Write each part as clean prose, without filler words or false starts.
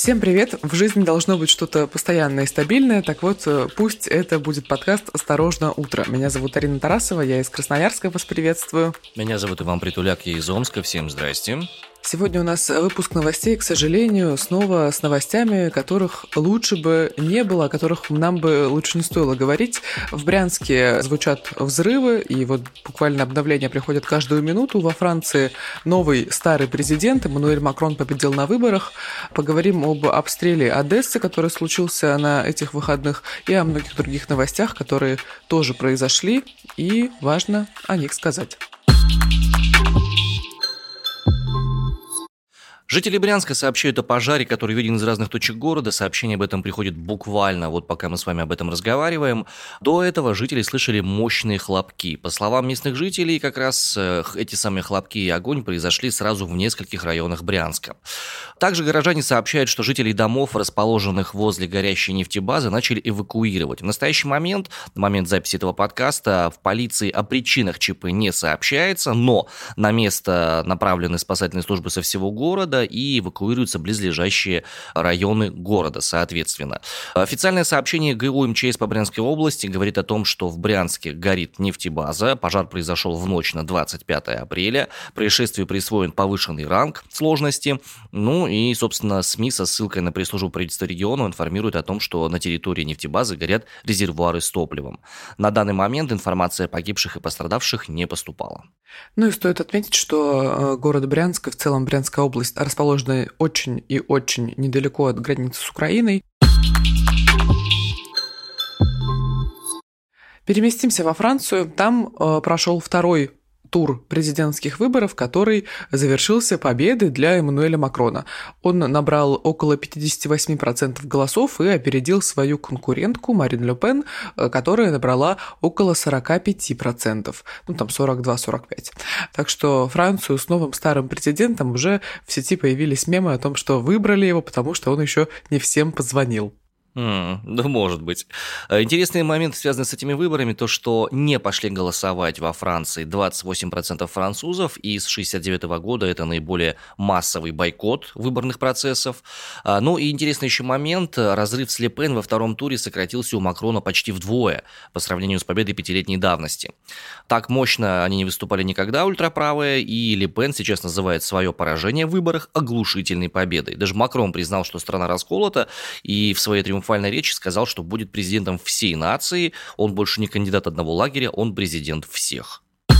Всем привет! В жизни должно быть что-то постоянное и стабильное, так вот, пусть это будет подкаст «Осторожно, утро». Меня зовут Арина Тарасова, я из Красноярска, вас приветствую. Меня зовут Иван Притуляк, я из Омска, всем здрасте. Сегодня у нас выпуск новостей, к сожалению, снова с новостями, которых лучше бы не было, о которых нам бы лучше не стоило говорить. В Брянске звучат взрывы, и вот буквально обновления приходят каждую минуту. Во Франции новый старый президент Эммануэль Макрон победил на выборах. Поговорим об обстреле Одессы, который случился на этих выходных, и о многих других новостях, которые тоже произошли, и важно о них сказать. Жители Брянска сообщают о пожаре, который виден из разных точек города. Сообщение об этом приходит буквально вот пока мы с вами об этом разговариваем. До этого жители слышали мощные хлопки. По словам местных жителей, как раз эти самые хлопки и огонь произошли сразу в нескольких районах Брянска. Также горожане сообщают, что жителей домов, расположенных возле горящей нефтебазы, начали эвакуировать. В настоящий момент, на момент записи этого подкаста, в полиции о причинах ЧП не сообщается, но на место направлены спасательные службы со всего города и эвакуируются близлежащие районы города, соответственно. Официальное сообщение ГУ МЧС по Брянской области говорит о том, что в Брянске горит нефтебаза. Пожар произошел в ночь на 25 апреля. Происшествию присвоен повышенный ранг сложности. Ну и, собственно, СМИ со ссылкой на пресс-службу правительства региона информируют о том, что на территории нефтебазы горят резервуары с топливом. На данный момент информация о погибших и пострадавших не поступала. Ну и стоит отметить, что город Брянск и в целом Брянская область расположены очень и очень недалеко от границы с Украиной. Переместимся во Францию. Там прошел второй тур президентских выборов, который завершился победой для Эммануэля Макрона. Он набрал около 58% голосов и опередил свою конкурентку Марин Ле Пен, которая набрала около 45%, ну там 42-45%. Так что Францию с новым старым президентом уже в сети появились мемы о том, что выбрали его, потому что он еще не всем позвонил. Да, может быть. Интересные моменты, связанные с этими выборами, то, что не пошли голосовать во Франции 28% французов, и с 1969 года это наиболее массовый бойкот выборных процессов. Ну и интересный еще момент, разрыв с Ле Пен во втором туре сократился у Макрона почти вдвое по сравнению с победой пятилетней давности. Так мощно они не выступали никогда, ультраправые, и Ле Пен сейчас называет свое поражение в выборах оглушительной победой. Даже Макрон признал, что страна расколота, и в своей триумфальной речи сказал, что будет президентом всей нации. Он больше не кандидат одного лагеря, он президент всех.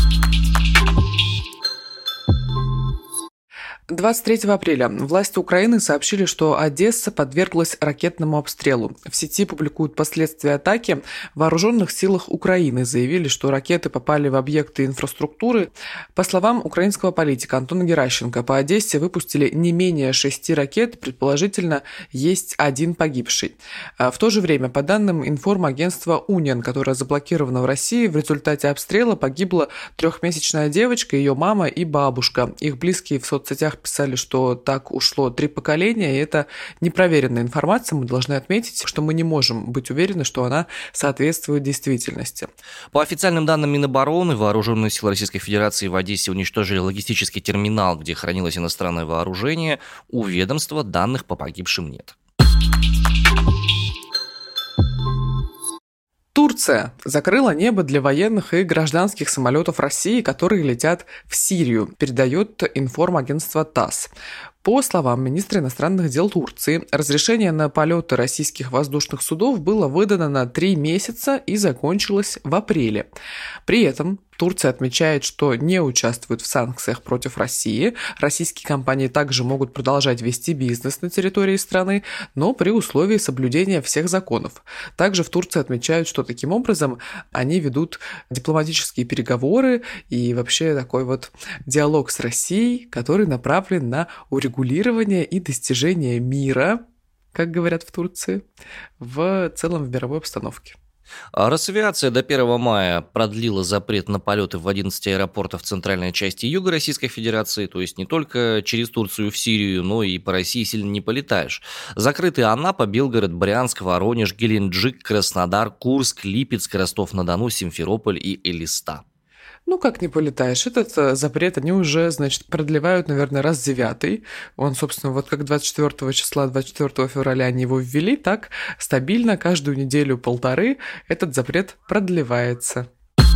23 апреля власти Украины сообщили, что Одесса подверглась ракетному обстрелу. В сети публикуют последствия атаки. В вооруженных силах Украины заявили, что ракеты попали в объекты инфраструктуры. По словам украинского политика Антона Геращенко, по Одессе выпустили не менее 6 ракет, предположительно, есть один погибший. В то же время, по данным информагентства УНИАН, которое заблокировано в России, в результате обстрела погибла 3-месячная девочка, ее мама и бабушка. Их близкие в соцсетях писали, что так ушло 3 поколения, и это непроверенная информация. Мы должны отметить, что мы не можем быть уверены, что она соответствует действительности. По официальным данным Минобороны, вооруженные силы Российской Федерации в Одессе уничтожили логистический терминал, где хранилось иностранное вооружение. У ведомства данных по погибшим нет. Турция закрыла небо для военных и гражданских самолетов России, которые летят в Сирию, передает информагентство ТАСС. По словам министра иностранных дел Турции, разрешение на полеты российских воздушных судов было выдано на 3 месяца и закончилось в апреле. При этом Турция отмечает, что не участвует в санкциях против России. Российские компании также могут продолжать вести бизнес на территории страны, но при условии соблюдения всех законов. Также в Турции отмечают, что таким образом они ведут дипломатические переговоры и вообще такой вот диалог с Россией, который направлен на урегулирование и достижение мира, как говорят в Турции, в целом в мировой обстановке. Росавиация до 1 мая продлила запрет на полеты в 11 аэропортах в центральной части юга Российской Федерации, то есть не только через Турцию в Сирию, но и по России сильно не полетаешь. Закрыты Анапа, Белгород, Брянск, Воронеж, Геленджик, Краснодар, Курск, Липецк, Ростов-на-Дону, Симферополь и Элиста. Ну, как не полетаешь? Этот запрет они уже, значит, продлевают, наверное, раз 9. Он, собственно, вот как 24 числа, 24 февраля они его ввели, так стабильно каждую неделю-полторы этот запрет продлевается.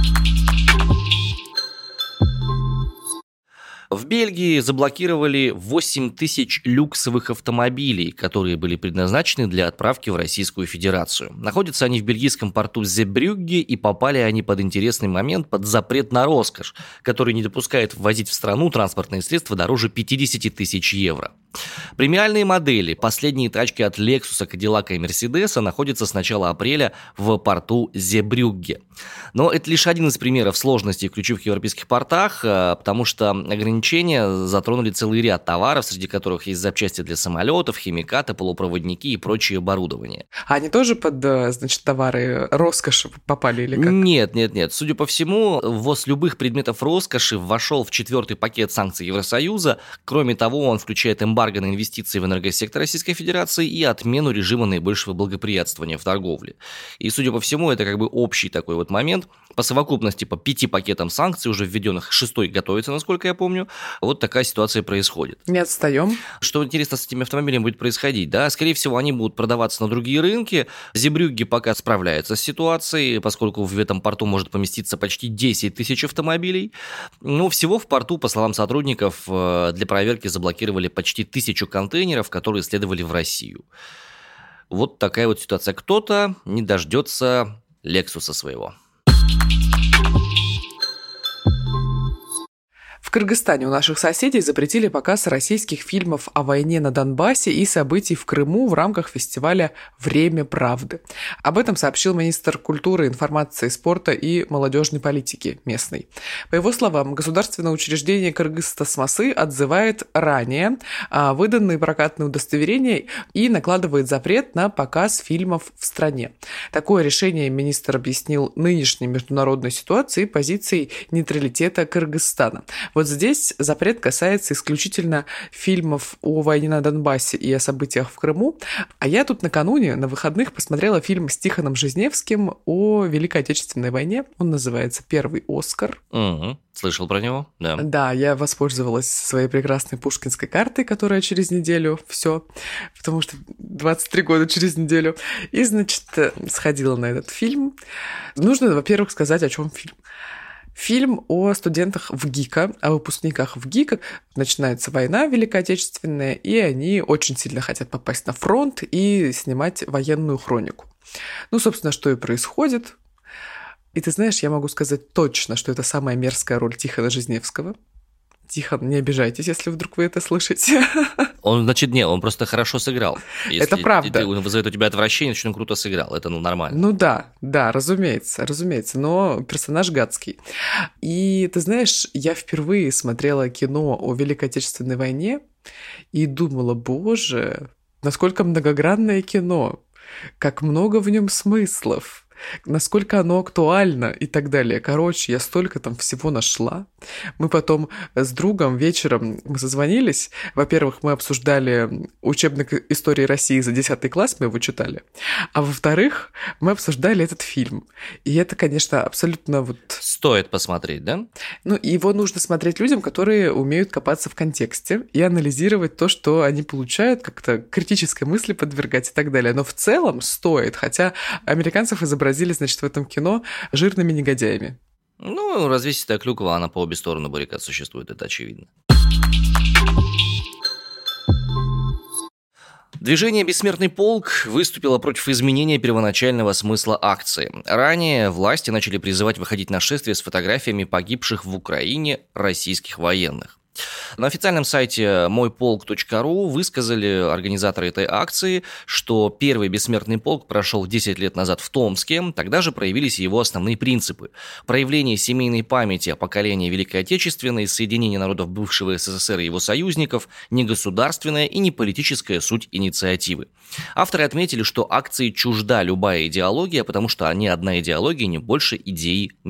В Бельгии заблокировали 8 тысяч люксовых автомобилей, которые были предназначены для отправки в Российскую Федерацию. Находятся они в бельгийском порту Зебрюгге, и попали они под интересный момент, под запрет на роскошь, который не допускает ввозить в страну транспортные средства дороже 50 тысяч евро. Премиальные модели, последние тачки от Lexus, Cadillac и Mercedes находятся с начала апреля в порту Зебрюгге. Но это лишь один из примеров сложностей в ключевых европейских портах, потому что ограничения затронули целый ряд товаров, среди которых есть запчасти для самолетов, химикаты, полупроводники и прочее оборудование. А они тоже под, значит, товары роскоши попали или как? Нет. Судя по всему, ввоз любых предметов роскоши вошел в 4-й пакет санкций Евросоюза. Кроме того, он включает эмбарго на инвестиции в энергосектор Российской Федерации и отмену режима наибольшего благоприятствования в торговле. И, судя по всему, это как бы общий такой вот момент. По совокупности, по 5 пакетам санкций, уже введенных, 6-й готовится, насколько я помню. Вот такая ситуация происходит. Не отстаем. Что интересно с этими автомобилями будет происходить, да? Скорее всего, они будут продаваться на другие рынки. Зебрюгге пока справляется с ситуацией, поскольку в этом порту может поместиться почти 10 тысяч автомобилей. Но всего в порту, по словам сотрудников, для проверки заблокировали почти 1000 контейнеров, которые следовали в Россию. Вот такая вот ситуация. Кто-то не дождется Лексуса своего. В Кыргызстане у наших соседей запретили показ российских фильмов о войне на Донбассе и событий в Крыму в рамках фестиваля «Время правды». Об этом сообщил министр культуры, информации, спорта и молодежной политики местный. По его словам, государственное учреждение Кыргызстасмасы отзывает ранее выданные прокатные удостоверения и накладывает запрет на показ фильмов в стране. Такое решение министр объяснил нынешней международной ситуацией и позицией нейтралитета Кыргызстана. Вот здесь запрет касается исключительно фильмов о войне на Донбассе и о событиях в Крыму. А я тут накануне, на выходных, посмотрела фильм с Тихоном Жизневским о Великой Отечественной войне. Он называется «Первый Оскар». Угу. Слышал про него? Да. Да, я воспользовалась своей прекрасной пушкинской картой, которая через неделю, все, потому что 23 года через неделю. И, значит, сходила на этот фильм. Нужно, во-первых, сказать, о чем фильм. Фильм о студентах ВГИКа, о выпускниках ВГИКа. Начинается война Великая Отечественная, и они очень сильно хотят попасть на фронт и снимать военную хронику. Ну, собственно, что и происходит. И ты знаешь, я могу сказать точно, что это самая мерзкая роль Тихона Жизневского. Тихон, не обижайтесь, если вдруг вы это слышите. Он просто хорошо сыграл. Если это правда. Он вызовет у тебя отвращение, значит, он круто сыграл. Это, нормально. Ну да, разумеется, но персонаж гадский. И ты знаешь, я впервые смотрела кино о Великой Отечественной войне и думала, боже, насколько многогранное кино, как много в нем смыслов. Насколько оно актуально и так далее. Короче, я столько там всего нашла. Мы потом с другом вечером мы созвонились. Во-первых, мы обсуждали учебник истории России за 10 класс, мы его читали. А во-вторых, мы обсуждали этот фильм. И это, конечно, абсолютно вот... Стоит посмотреть, да? Ну, его нужно смотреть людям, которые умеют копаться в контексте и анализировать то, что они получают, как-то критической мысли подвергать и так далее. Но в целом стоит, хотя американцев изобразили, значит, в этом кино жирными негодяями. Ну, развесистая клюква, она по обе стороны баррикад существует, это очевидно. Движение «Бессмертный полк» выступило против изменения первоначального смысла акции. Ранее власти начали призывать выходить на шествие с фотографиями погибших в Украине российских военных. На официальном сайте мойполк.ру высказали организаторы этой акции, что первый бессмертный полк прошел 10 лет назад в Томске, тогда же проявились его основные принципы. Проявление семейной памяти о поколении Великой Отечественной, соединение народов бывшего СССР и его союзников, негосударственная и не политическая суть инициативы. Авторы отметили, что акции чужда любая идеология, потому что они одна идеология, не больше идеи мира.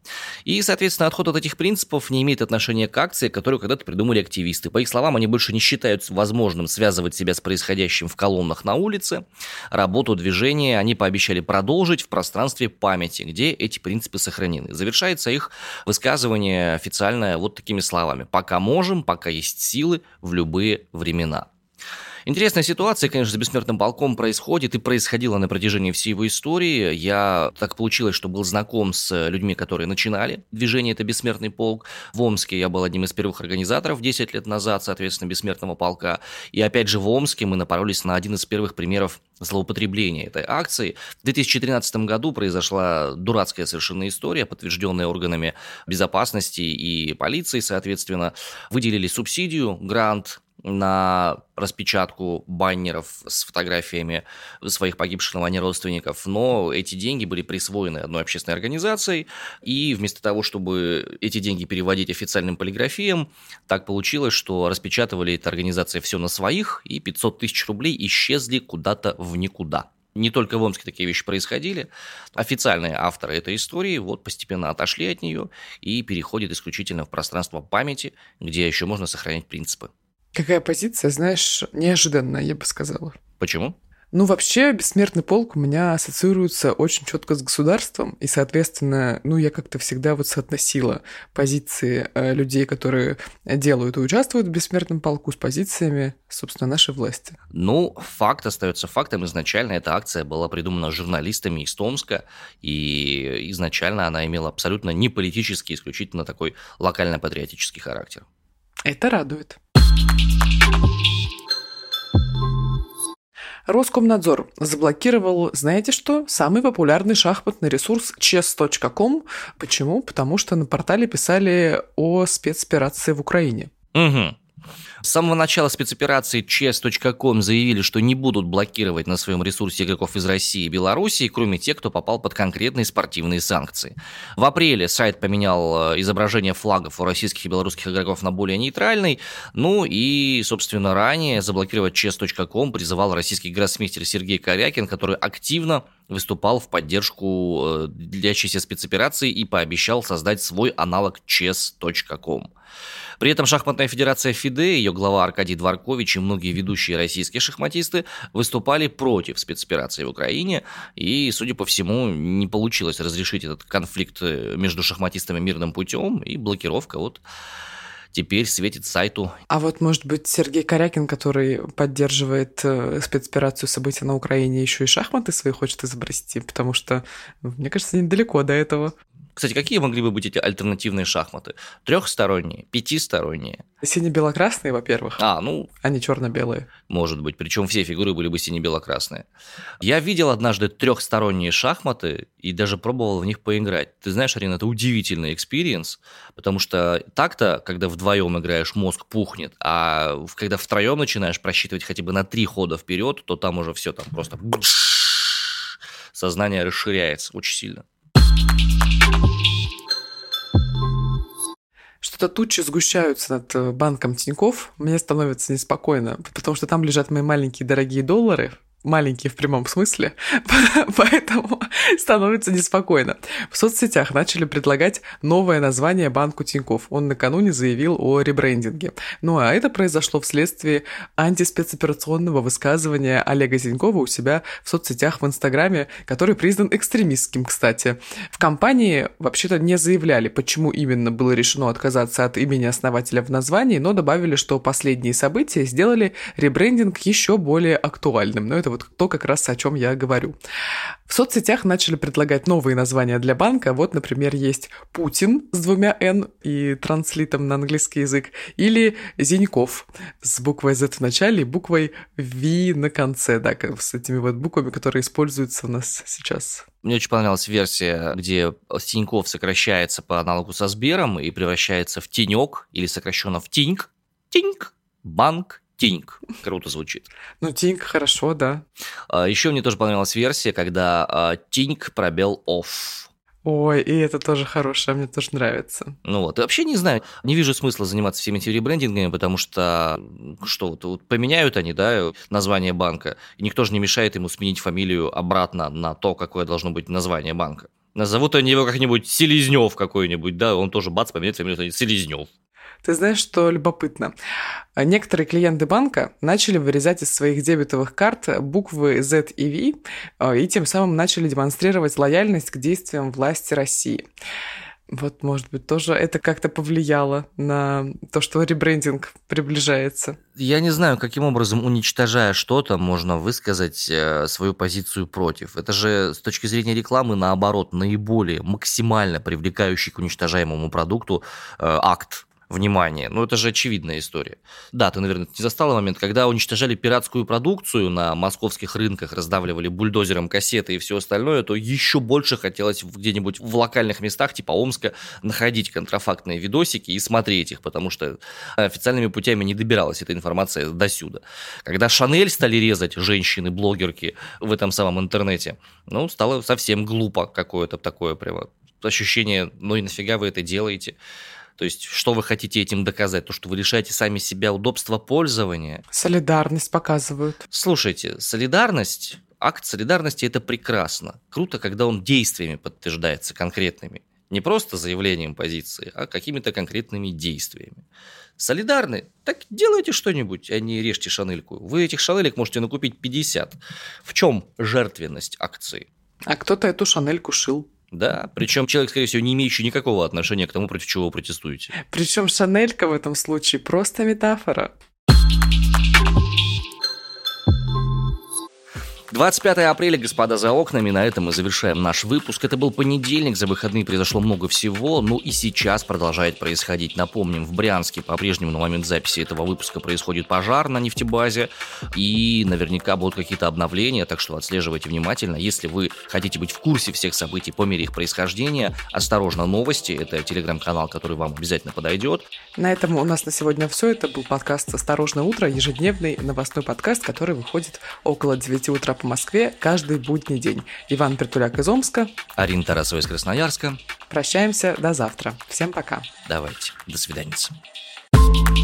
И, соответственно, отход от этих принципов не имеет отношения к акции, которую когда-то придумали активисты. По их словам, они больше не считают возможным связывать себя с происходящим в колоннах на улице. Работу движения они пообещали продолжить в пространстве памяти, где эти принципы сохранены. Завершается их высказывание официальное вот такими словами: «Пока можем, пока есть силы, в любые времена». Интересная ситуация, конечно, с Бессмертным полком происходит и происходила на протяжении всей его истории. Я так получилось, что был знаком с людьми, которые начинали движение «Это Бессмертный полк». В Омске я был одним из первых организаторов 10 лет назад, соответственно, Бессмертного полка. И опять же в Омске мы напоролись на один из первых примеров злоупотребления этой акции. В 2013 году произошла дурацкая совершенно история, подтвержденная органами безопасности и полиции, соответственно. Выделили субсидию, грант на распечатку баннеров с фотографиями своих погибших на войне родственников, но эти деньги были присвоены одной общественной организацией, и вместо того, чтобы эти деньги переводить официальным полиграфиям, так получилось, что распечатывали эта организация все на своих, и 500 тысяч рублей исчезли куда-то в никуда. Не только в Омске такие вещи происходили. Официальные авторы этой истории вот постепенно отошли от нее и переходят исключительно в пространство памяти, где еще можно сохранять принципы. Какая позиция, знаешь, неожиданная, я бы сказала. Почему? Ну, вообще, Бессмертный полк у меня ассоциируется очень четко с государством, и, соответственно, я как-то всегда вот соотносила позиции людей, которые делают и участвуют в Бессмертном полку, с позициями, собственно, нашей власти. Ну, факт остается фактом. Изначально эта акция была придумана журналистами из Томска, и изначально она имела абсолютно не политический, исключительно такой локально-патриотический характер. Это радует. Роскомнадзор заблокировал, знаете что, самый популярный шахматный ресурс chess.com. Почему? Потому что на портале писали о спецоперации в Украине. Угу. С самого начала спецоперации chess.com заявили, что не будут блокировать на своем ресурсе игроков из России и Белоруссии, кроме тех, кто попал под конкретные спортивные санкции. В апреле сайт поменял изображение флагов у российских и белорусских игроков на более нейтральный. Ну и, собственно, ранее заблокировать chess.com призывал российский гроссмейстер Сергей Корякин, который активно выступал в поддержку длящейся спецоперации и пообещал создать свой аналог chess.com. При этом шахматная федерация ФИДЕ, ее глава Аркадий Дворкович и многие ведущие российские шахматисты выступали против спецоперации в Украине, и, судя по всему, не получилось разрешить этот конфликт между шахматистами мирным путем, и блокировка вот теперь светит сайту. А вот, может быть, Сергей Корякин, который поддерживает спецоперацию события на Украине, еще и шахматы свои хочет изобрести, потому что, мне кажется, недалеко до этого. Кстати, какие могли бы быть эти альтернативные шахматы? Трехсторонние, пятисторонние? Сине-бело-красные, во-первых. Они черно-белые. Может быть, причем все фигуры были бы сине-бело-красные. Я видел однажды трехсторонние шахматы и даже пробовал в них поиграть. Ты знаешь, Арина, это удивительный экспириенс, потому что так-то, когда вдвоем играешь, мозг пухнет, а когда втроем начинаешь просчитывать хотя бы на 3 хода вперед, то там уже все, там просто сознание расширяется очень сильно. Что-то тучи сгущаются над банком Тинькофф, мне становится неспокойно, потому что там лежат мои маленькие дорогие доллары, маленькие в прямом смысле, поэтому становится неспокойно. В соцсетях начали предлагать новое название банку Тинькофф. Он накануне заявил о ребрендинге. Ну а это произошло вследствие антиспецоперационного высказывания Олега Тинькова у себя в соцсетях в Инстаграме, который признан экстремистским, кстати. В компании вообще-то не заявляли, почему именно было решено отказаться от имени основателя в названии, но добавили, что последние события сделали ребрендинг еще более актуальным. Но это вот то как раз о чем я говорю. В соцсетях начали предлагать новые названия для банка. Вот, например, есть Путин с 2 «Н» и транслитом на английский язык, или Зиньков с буквой Z в начале и буквой V на конце, да, с этими вот буквами, которые используются у нас сейчас. Мне очень понравилась версия, где Тиньков сокращается по аналогу со Сбером и превращается в Тинек, или сокращенно в Тиньк. Тиньк, банк, Тиньк. Круто звучит. Тиньк хорошо, да. Еще мне тоже понравилась версия, когда Тиньк пробел офф. Ой, и это тоже хорошее, мне тоже нравится. И вообще не знаю, не вижу смысла заниматься всеми этими ребрендингами, потому что, вот поменяют они, да, название банка, и никто же не мешает ему сменить фамилию обратно на то, какое должно быть название банка. Назовут они его как-нибудь Селезнев какой-нибудь, да, он тоже бац, поменяет фамилию Селезнев. Ты знаешь, что любопытно? Некоторые клиенты банка начали вырезать из своих дебетовых карт буквы Z и V, и тем самым начали демонстрировать лояльность к действиям власти России. Вот, может быть, тоже это как-то повлияло на то, что ребрендинг приближается. Я не знаю, каким образом, уничтожая что-то, можно высказать свою позицию против. Это же с точки зрения рекламы, наоборот, наиболее максимально привлекающий к уничтожаемому продукту акт. Внимание. Ну, это же очевидная история. Да, ты, наверное, не застала момент, когда уничтожали пиратскую продукцию на московских рынках, раздавливали бульдозером кассеты и все остальное, то еще больше хотелось где-нибудь в локальных местах, типа Омска, находить контрафактные видосики и смотреть их, потому что официальными путями не добиралась эта информация досюда. Когда Шанель стали резать женщины-блогерки в этом самом интернете, ну, стало совсем глупо какое-то такое прямо ощущение, ну и нафига вы это делаете? То есть, что вы хотите этим доказать? То, что вы лишаете сами себя удобства пользования? Солидарность показывают. Слушайте, солидарность, акт солидарности – это прекрасно. Круто, когда он действиями подтверждается конкретными. Не просто заявлением позиции, а какими-то конкретными действиями. Солидарны? Так делайте что-нибудь, а не режьте шанельку. Вы этих шанелек можете накупить 50. В чем жертвенность акции? А кто-то эту шанельку шил. Да, причем человек, скорее всего, не имеющий никакого отношения к тому, против чего вы протестуете. Причем шанелька в этом случае просто метафора. 25 апреля, господа, за окнами. На этом мы завершаем наш выпуск. Это был понедельник, за выходные произошло много всего, ну и сейчас продолжает происходить. Напомним, в Брянске по-прежнему на момент записи этого выпуска происходит пожар на нефтебазе, и наверняка будут какие-то обновления, так что отслеживайте внимательно. Если вы хотите быть в курсе всех событий по мере их происхождения, осторожно, новости, это телеграм-канал, который вам обязательно подойдет. На этом у нас на сегодня все. Это был подкаст «Осторожное утро», ежедневный новостной подкаст, который выходит около 9 утра по Москве каждый будний день. Иван Притуляк из Омска. Арина Тарасова из Красноярска. Прощаемся до завтра. Всем пока. Давайте. До свидания.